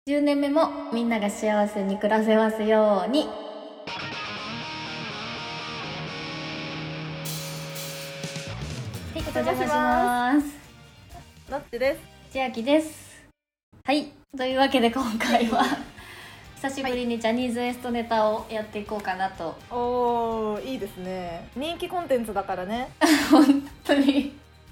10年目もみんなが幸せに暮らせますように。はい、お邪魔します。 なってです。 千秋です。はい、というわけで今回は久しぶりにジャニーズ WEST ネタをやっていこうかなと。 おー、いいですね。人気コンテンツだからね。 本当に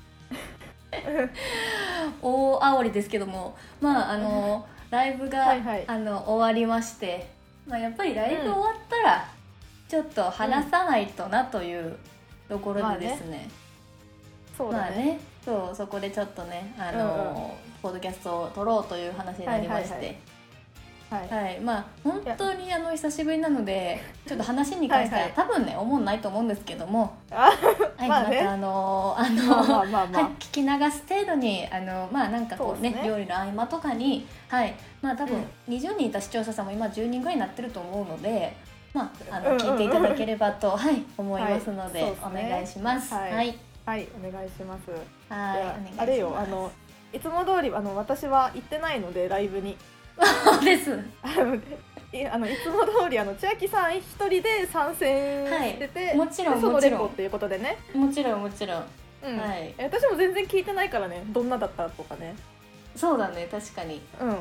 大煽りですけども、まあライブが、 はいはい、 終わりまして、やっぱりライブ終わったらちょっと話さないとなというところでですね、 そうだね、 そこでちょっとねポッドキャストを撮ろうという話になりまして、本当に久しぶりなのでちょっと話に関しては多分ね思んないと思うんですけども、また聞き流す程度になんかこうね料理の合間とかに多分20人いた視聴者さんも今10人ぐらいになってると思うので、聞いていただければと思いますので、お願いします。 はい、お願いします。あれよ、いつも通り私は行ってないのでライブにですいつも通り千秋さん一人で参戦してて、 もちろんそのレポっていうことでね。 もちろん、 私も全然聞いてないからね、どんなだったとかね。 そうだね、確かに。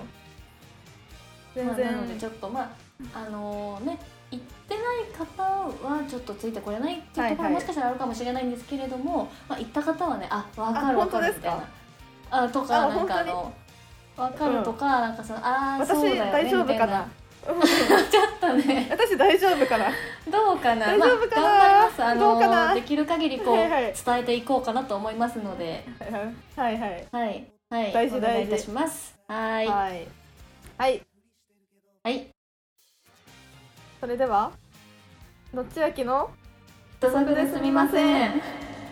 全然、 なのでちょっと行ってない方はちょっとついてこれないっていうところもしかしたらあるかもしれないんですけれども、行った方はね、分かるみたいなとか、なんか分かるとか、なんかその私そうだよね大丈夫かなちょっとね私大丈夫かなどうかな、 大丈夫かな、 頑張ります。 どうかな、 できる限りこう伝えていこうかなと思いますので、 大事お願いいたします。はいそれではのっちあきの土足ですみません。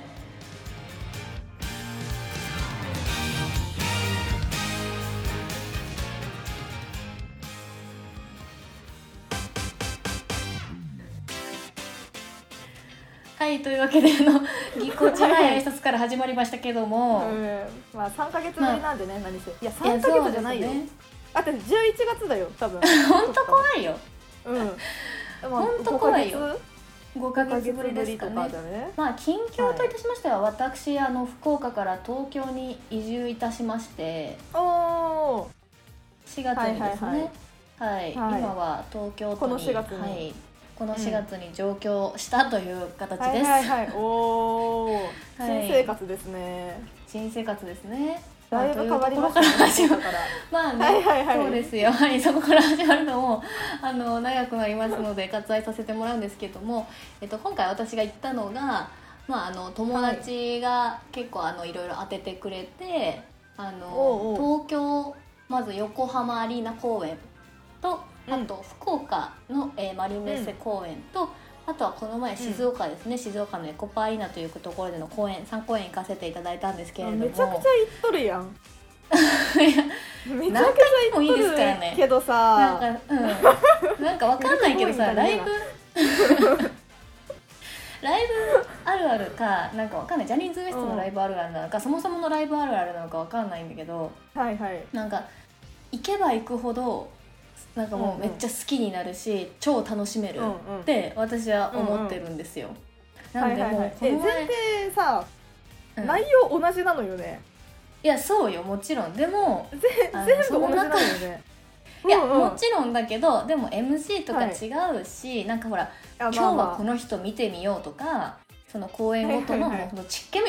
というわけでぎこちない挨拶から始まりましたけども、 3ヶ月ぶりなんでね、何せいや3ヶ月じゃないよ、だって11月だよ多分本当怖いよ。本当怖いよ。5ヶ月ぶりですかね。近況といたしましては、私福岡から東京に移住いたしまして、4月にですね、今は東京都にこの4月に上京したという形です。 新生活ですね。 新生活ですね。 だいぶ変わりましたね。そうですよ。そこから始まるのも長くなりますので割愛させてもらうんですけども、今回私が行ったのが、友達が結構いろいろ当ててくれて、東京、まず横浜アリーナ公演と、あと福岡の、マリメッセ公演と、あとはこの前静岡ですね、静岡のエコパアリーナというところでの公演3公演行かせていただいたんですけれども、 めちゃくちゃ行っとるやんめちゃくちゃ行っとるけどさ、 なんかわかんないけどさ、ライブあるあるかなんかわかんない、ジャニーズ WEST のライブあるあるなのか、そもそものライブあるあるなのかわかんないんだけど、なんか行けば行くほどなんかもうめっちゃ好きになるし、超楽しめるって私は思ってるんですよ。なんでもうこの前前提さ、内容同じなのよね。 いやそうよ、もちろん。でも全部同じなのよね。 いやもちろんだけど、でも MC とか違うし、なんかほら今日はこの人見てみようとか、その公演ごとのチッケム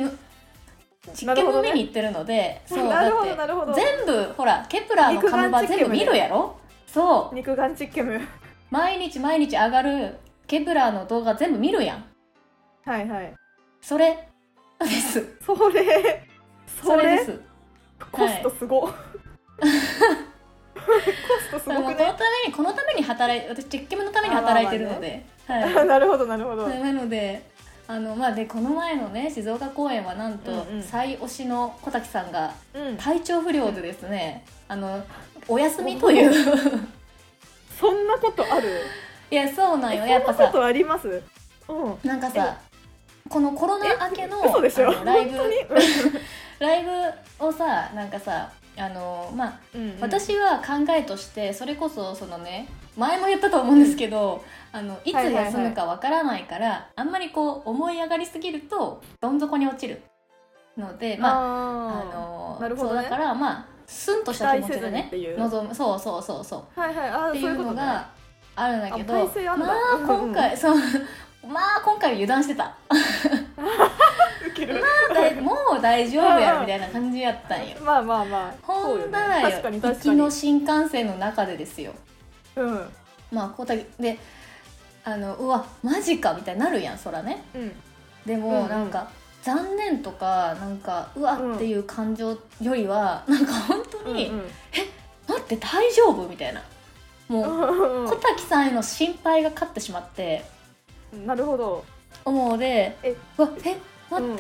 見に行ってるので、そうだって全部ほらケプラーのカムバ全部見るやろ。そう肉眼チッケム毎日上がるケプラーの動画全部見るやん。それですそれです。 コストすごコストすごくね。 このために私チェッケムのために働いてるので、 なるほどなのででこの前のね静岡公演はなんと、最推しの小滝さんが体調不良でですね、お休みというそんなことある？ いやそうなんよ。やっぱさ、そんなことあります？ なんかさ、このコロナ明けの嘘でしょライブをさ、なんかさまあ、私は考えとしてそれこそそのね前も言ったと思うんですけどいつ休むかわからないから、あんまりこう思い上がりすぎるとどん底に落ちるので、まあなるほどね、 そうだからまあスンとした気持ちでね臨む、そうっていうのがあるんだけど、まあ今回、そうまあ今回油断してたウケるもう大丈夫やみたいな感じやったんよ。 まあほんだらよ、行きの新幹線の中でですよ。まあ小竹でうわマジかみたいになるやん、そらね。でもなんか、残念とかなんかうわっていう感情よりはなんか本当に、待って大丈夫みたいな、もう小滝さんへの心配が勝ってしまって、 なるほど思うで、待って、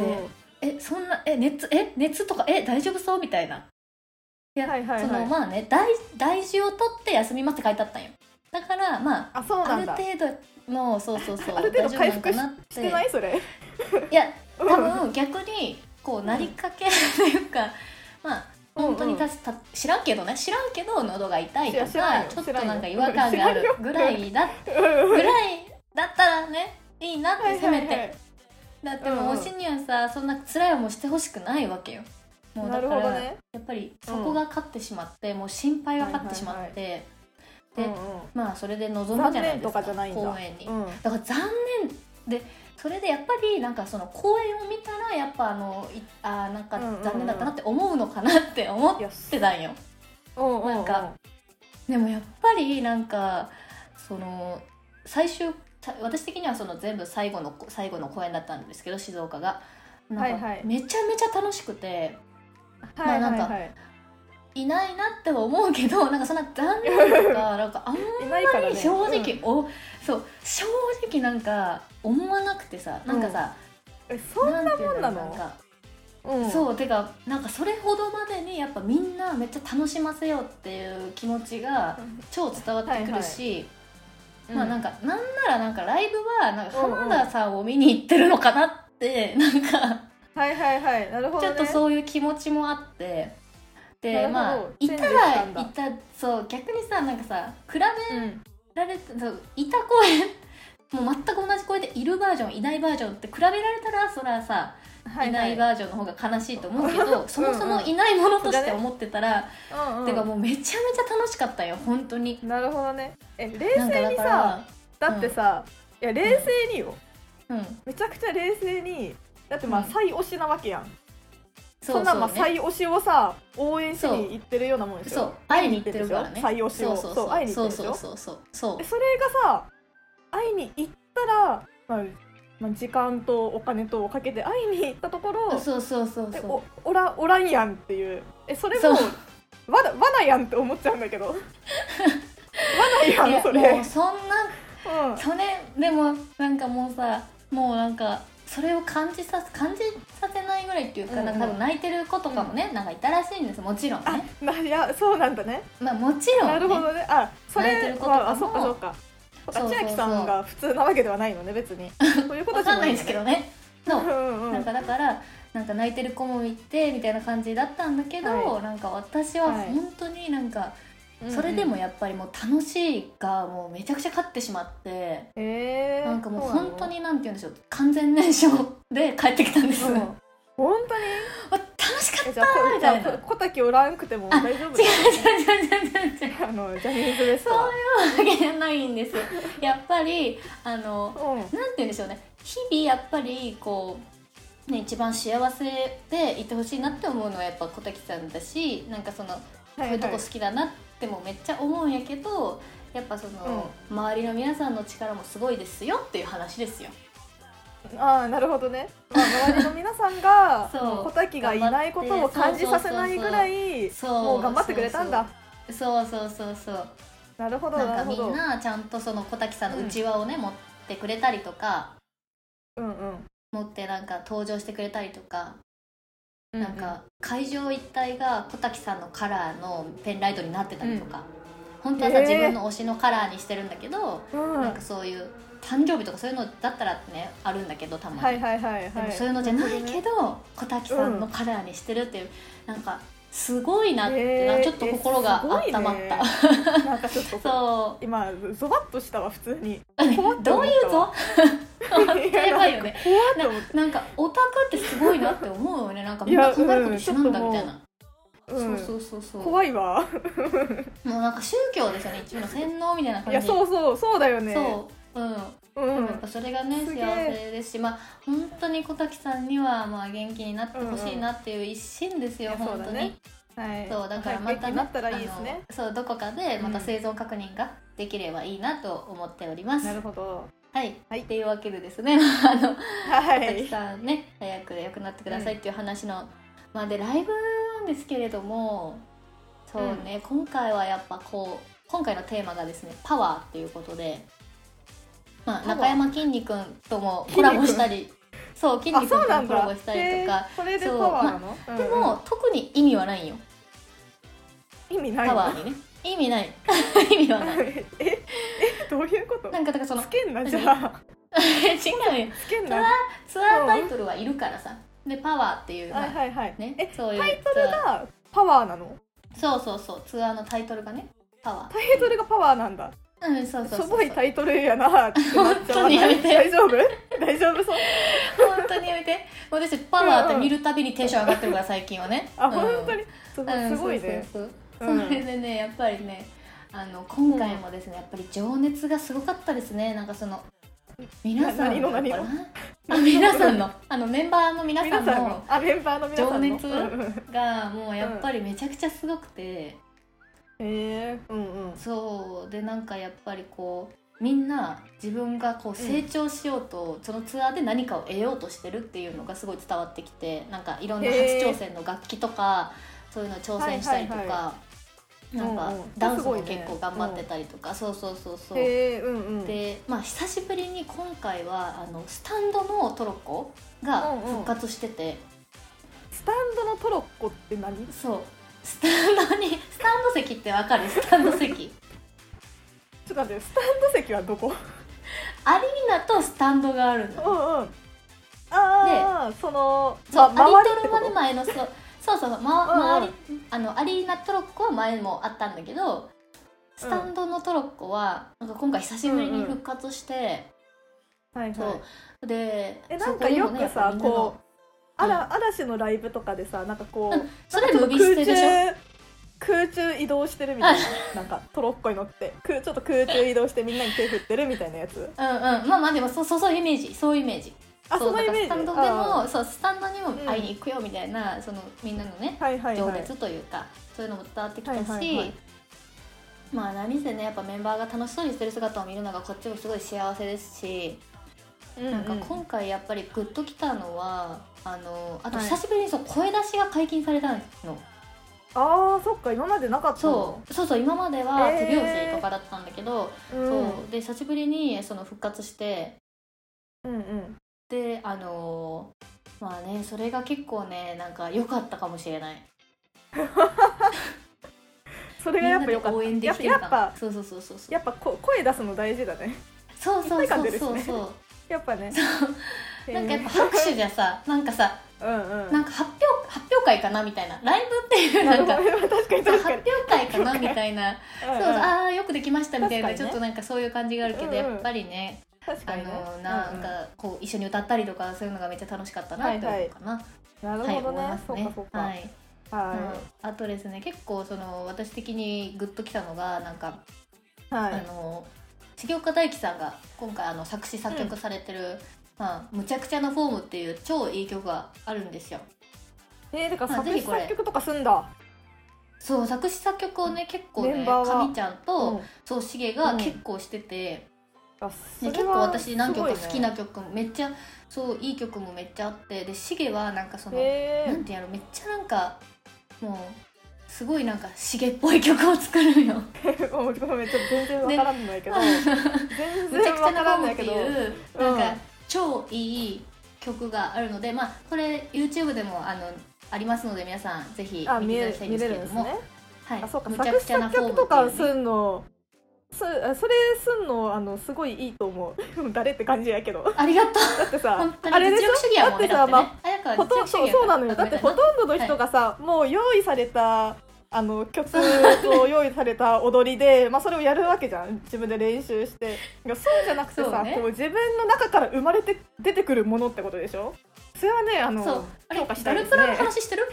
そんな熱とか大丈夫そうみたいな。いや、そのまあね大事を取って休みますって書いてあったんよ。だからまあある程度のそうある程度回復してないそれいや多分逆にこうなりかけというかまあ本当に知らんけど喉が痛いとかちょっとなんか違和感があるぐらいだったらねいいなってせめて、だってもう推しにはさそんな辛い思いしてほしくないわけよ。もうだから、やっぱりそこが勝ってしまって、もう心配が勝ってしまって、で、まあそれで臨むじゃないですか、公演に、だから残念で、それでやっぱりなんかその公演を見たらやっぱなんか残念だったなって思うのかなって思ってたんよ。なんかでもやっぱりなんかその私的にはその全部最後の公演だったんですけど、静岡がなんかめちゃめちゃ楽しくて、まあなんかいないなって思うけど、なんかそんな残念とかなんかあんまり正直正直なんか思わなくてさ、なんかさ、 そんなもんなの？ そうてかなんかそれほどまでにやっぱみんなめっちゃ楽しませようっていう気持ちが超伝わってくるし、まあなんならなんかライブはなんか浜田さんを見に行ってるのかなってなんかなるほどね、 ちょっとそういう気持ちもあって、でまあそう逆にさなんかさ比べられて、いた声もう全く同じ声でいるバージョンいないバージョンって比べられたらそれはさ、いないバージョンの方が悲しいと思うけどそもそもいないものとして思ってたら、てかもうめちゃめちゃ楽しかったよ本当に。 なるほどね。冷静にさ、だってさ、いや冷静によ、めちゃくちゃ冷静に、だってまあ最推しなわけやん。そんなまあ最推しをさ応援しに行ってるようなもんでしょ。そう会いに行ってるからね、 最推しをそう会いに行ってるでしょ。それがさ会いに行ったら、まあ、時間とお金とをかけて会いに行ったところおらんやんっていう、それも罠やんって思っちゃうんだけど罠やんそれ。 もうそんな、それでもなんかもうさもうなんかそれを感じさせないぐらいっていうか、なんか多分泣いてる子とかもね、なんかいたらしいんです、もちろんね。 いやそうなんだね。 まあもちろん、ね、 なるほどね。それ泣いてる子とかも、そうか千秋さんが普通なわけではないのね別に。そういうことじゃないんですけどね。なんかだからなんか泣いてる子もいてみたいな感じだったんだけど、なんか私は本当になんか、それでもやっぱりもう楽しいがもうめちゃくちゃ勝ってしまって、なんかもう本当になんて言うんでしょう、完全燃焼で帰ってきたんです。 本当に楽しかったみたいな。 小滝おらんくても大丈夫？違うジャニーズですそういうわけじゃないんですよ。やっぱりなんて言うんでしょうね、日々やっぱりこうね一番幸せでいてほしいなって思うのはやっぱ小滝さんだし、なんかそのこういうとこ好きだなってもめっちゃ思うんやけど、やっぱその、周りの皆さんの力もすごいですよっていう話ですよ。 なるほどね。周りの皆さんが小滝がいないことを感じさせないぐらいもう頑張ってくれたんだ。 そうなるほど。 なんかみんなちゃんとその小滝さんの内輪をね、持ってくれたりとか、持ってなんか登場してくれたりとか、なんか会場一体が小滝さんのカラーのペンライトになってたりとか、本当はさ自分の推しのカラーにしてるんだけど、なんかそういう誕生日とかそういうのだったらねあるんだけどたまに、でもそういうのじゃないけど小滝さんのカラーにしてるっていう、なんかすごいなってちょっと心が温まった、 なんかちょっとそう今ゾバッとしたわ普通にどういうぞやばいよねなんかオタクってすごいなって思うよねなんかみんな考えること一緒なんだみたいなそう怖いわもうなんか宗教ですよね一応の洗脳みたいな感じ。 いやそうだよねそうでもやっぱそれがね幸せですし本当に小滝さんには元気になってほしいなっていう一心ですよ、本当に。そうだからまたねそうどこかでまた生存確認ができればいいなと思っております。 なるほど。 はい、っていうわけでですね小滝さんね早く良くなってくださいっていう話のでライブなんですけれどもそうね、今回はやっぱ今回のテーマがですねパワーっていうことで、中山きんに君ともコラボしたりそうきんに君ともコラボしたりとかそれでパワーなの？ でも特に意味はないよ。 意味ないパワーにね意味ない意味はないどういうこと？ なんかだからそのつけんなじゃあ違うよつけんなツアータイトルはいるからさでパワーっていうねそういうタイトルがパワーなの？ そうツアーのタイトルがねパワータイトルがパワーなんだ。 そうすごいタイトルやなってなっちゃう。 本当にやめて大丈夫そう本当にやめて私パワーって見るたびにテンション上がってるから最近はね本当にすごいね。 それでねやっぱりね今回もですねやっぱり情熱がすごかったですね。なんかその皆さんの皆さんのメンバーの皆さんの情熱がもうやっぱりめちゃくちゃすごくてそうでなんかやっぱりみんな自分が成長しようと、そのツアーで何かを得ようとしてるっていうのがすごい伝わってきてなんかいろんな初挑戦の楽器とかそういうの挑戦したりとか、なんかダンスも結構頑張ってたりとか、そうで久しぶりに今回はスタンドのトロッコが復活してて、 スタンドのトロッコって何？ そうスタンド席ってわかる？スタンド席ちょっと待ってスタンド席はどこ？ アリーナとスタンドがあるの。 でそのアリーナまで前の周りアリーナトロッコは前もあったんだけどスタンドのトロッコはなんか今回久しぶりに復活して、そうでなんかよくさ嵐のライブとかでさなんかそれ呼び捨てでしょ？ 空中移動してるみたいななんかトロッコに乗ってちょっと空中移動してみんなに手振ってるみたいなやつ。 でもそういうイメージそういうイメージ。そうだからスタンドでもスタンドにも会いに行くよみたいな、そのみんなのね、情熱というかそういうのも伝わってきたし、何せねやっぱメンバーが楽しそうにしてる姿を見るのがこっちもすごい幸せですし、なんか今回やっぱりグッときたのはあと久しぶりに声出しが解禁されたの。 そっか今までなかったの？ そう今までは手拍子とかだったんだけど、そうで久しぶりに復活して、でそれが結構ねなんか良かったかもしれない。 それがやっぱ良かった。 応援できてるか。そうやっぱ声出すの大事だね。 そうやっぱね。 なんかやっぱ拍手じゃさなんかさなんか発表会かなみたいな、ライブっていうなんか発表会かなみたいなよくできましたみたいな、ちょっとなんかそういう感じがあるけど、やっぱりねなんか一緒に歌ったりとかそういうのがめっちゃ楽しかったなって思うかな。 なるほどね。そうか。 あとですね結構私的にグッときたのがなんか重岡大毅さんが今回作詞作曲されてるむちゃくちゃなフォームっていう超いい曲があるんですよ。 だから作詞作曲とかすんだ。 そう作詞作曲をね結構ねかみちゃんとしげが結構してて、結構私何曲か好きな曲もめっちゃいい曲もめっちゃあって、でしげはなんかなんてやろめっちゃなんかもうすごいなんかしげっぽい曲を作るよ。 ごめんちょっと全然わからんないけどむちゃくちゃなフォームっていうなんか超いい曲があるので、これ YouTube でもありますので皆さんぜひ見ていただきたいんですけれども、 そうか作詞作曲とかすんのそれすんのすごいいいと思う誰って感じやけどありがとうだってさあれでしょ、だってさ、 そうなのよ。だってほとんどの人がさ、もう用意された曲と用意された踊りで、それをやるわけじゃん、自分で練習して。そうじゃなくてさ、こう自分の中から生まれて出てくるものってことでしょ。それはね評価したいですね。 ガルプラの話してる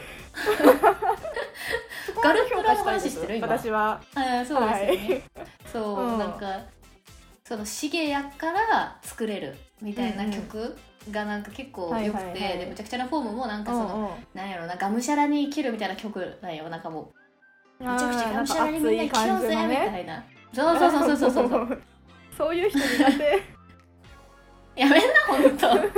ガルプラの話してる今私は。 そうですよね、そう、なんかそのシゲやから作れるみたいな曲がなんか結構良くて、でむちゃくちゃなフォームもなんかその、なんやろな、がむしゃらに生きるみたいな曲なんよ。なんかもうめちゃくちゃがむしゃらにみんな生きようぜみたいな。そうそういう人苦手やめんな本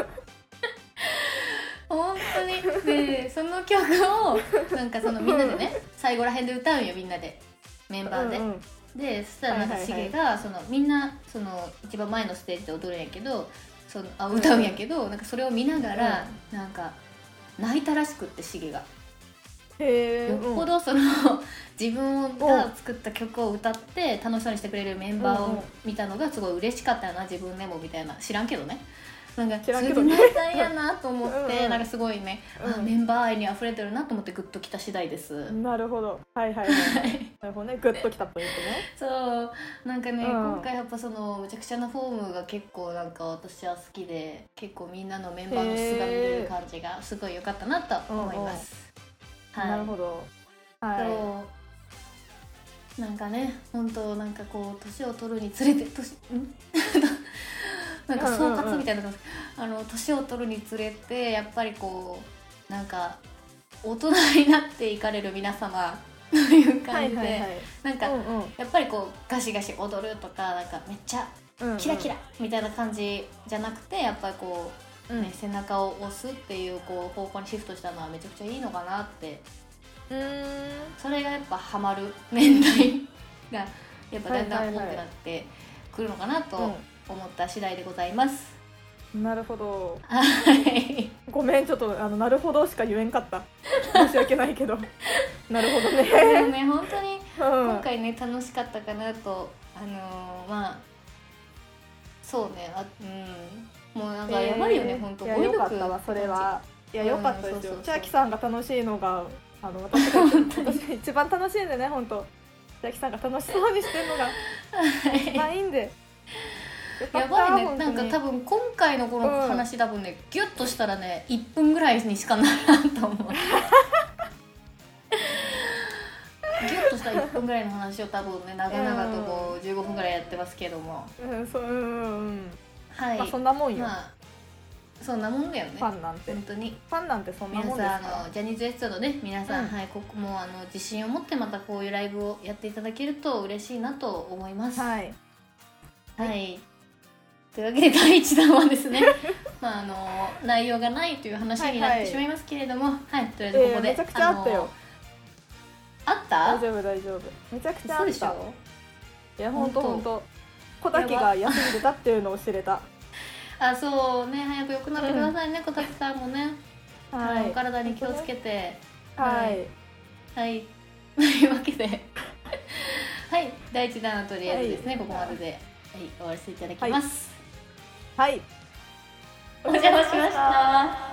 当に。でその曲をなんかそのみんなでね最後らへんで歌うんよ、みんなでメンバーで。でそしたらなんかシゲがそのみんなその一番前のステージで踊るんやけど、歌うんやけど、なんかそれを見ながらなんか泣いたらしくって、シゲが。よっぽどその自分が作った曲を歌って楽しそうにしてくれるメンバーを見たのがすごい嬉しかったよな、自分でもみたいな。知らんけどね。なんかそれで泣いたんやなと思ってなんかすごいね、メンバー愛にあふれてるなと思ってグッときた次第です。 なるほど、なるほどね、グッときたポイントね。 そうなんかね、今回やっぱそのむちゃくちゃなフォームが結構なんか私は好きで、結構みんなのメンバーの素が見れる感じがすごい良かったなと思います。 なるほど。 なんかね、本当なんかこう年を取るにつれてなんか総括みたいな、年を取るにつれてやっぱりこうなんか大人になっていかれる皆様という感じで、なんかやっぱりこうガシガシ踊るとか、なんかめっちゃキラキラみたいな感じじゃなくて、やっぱりこう、背中を押すっていうこう方向にシフトしたのはめちゃくちゃいいのかなって。それがやっぱハマる年代がやっぱだんだん多くなってくるのかなと思った次第でございます。 なるほど。 はい。 ごめん、ちょっとなるほどしか言えんかった。申し訳ないけど。なるほどね。 でもね、本当に今回ね楽しかったかなと、そうね、もうなんかやばいよね、本当。 よかったわ、それは。いや、よかったですよ。千秋さんが楽しいのが私が一番楽しいんでね、本当。千秋さんが楽しそうにしてるのがいいんで。 やばいね、なんか多分今回のこの話多分ね、ギュッとしたらね1分ぐらいにしかならんと思う。ギュッとした1分ぐらいの話を多分ね長々とこう15分ぐらいやってますけども、はい、 そんなもんよ。 そんなもんだよね。 ファンなんて本当に。 ファンなんてそんなもんですから。 皆さんジャニーズWESTのね皆さん、はい、ここも自信を持ってまたこういうライブをやっていただけると嬉しいなと思います。はい。というわけで第1弾はですね内容がないという話になってしまいますけれども、はい、とりあえずここで、 めちゃくちゃあったよ。 あった？ 大丈夫。めちゃくちゃあった。 そうでしょ？ いや、ほんと小滝が休んでたっていうのを知れた。 そうね、早く良くなってくださいね、小滝さんもね。はい、お体に気をつけて。はい。というわけではい、第1弾はとりあえずですね、ここまでで終わらせていただきます。 はい、 お邪魔しました。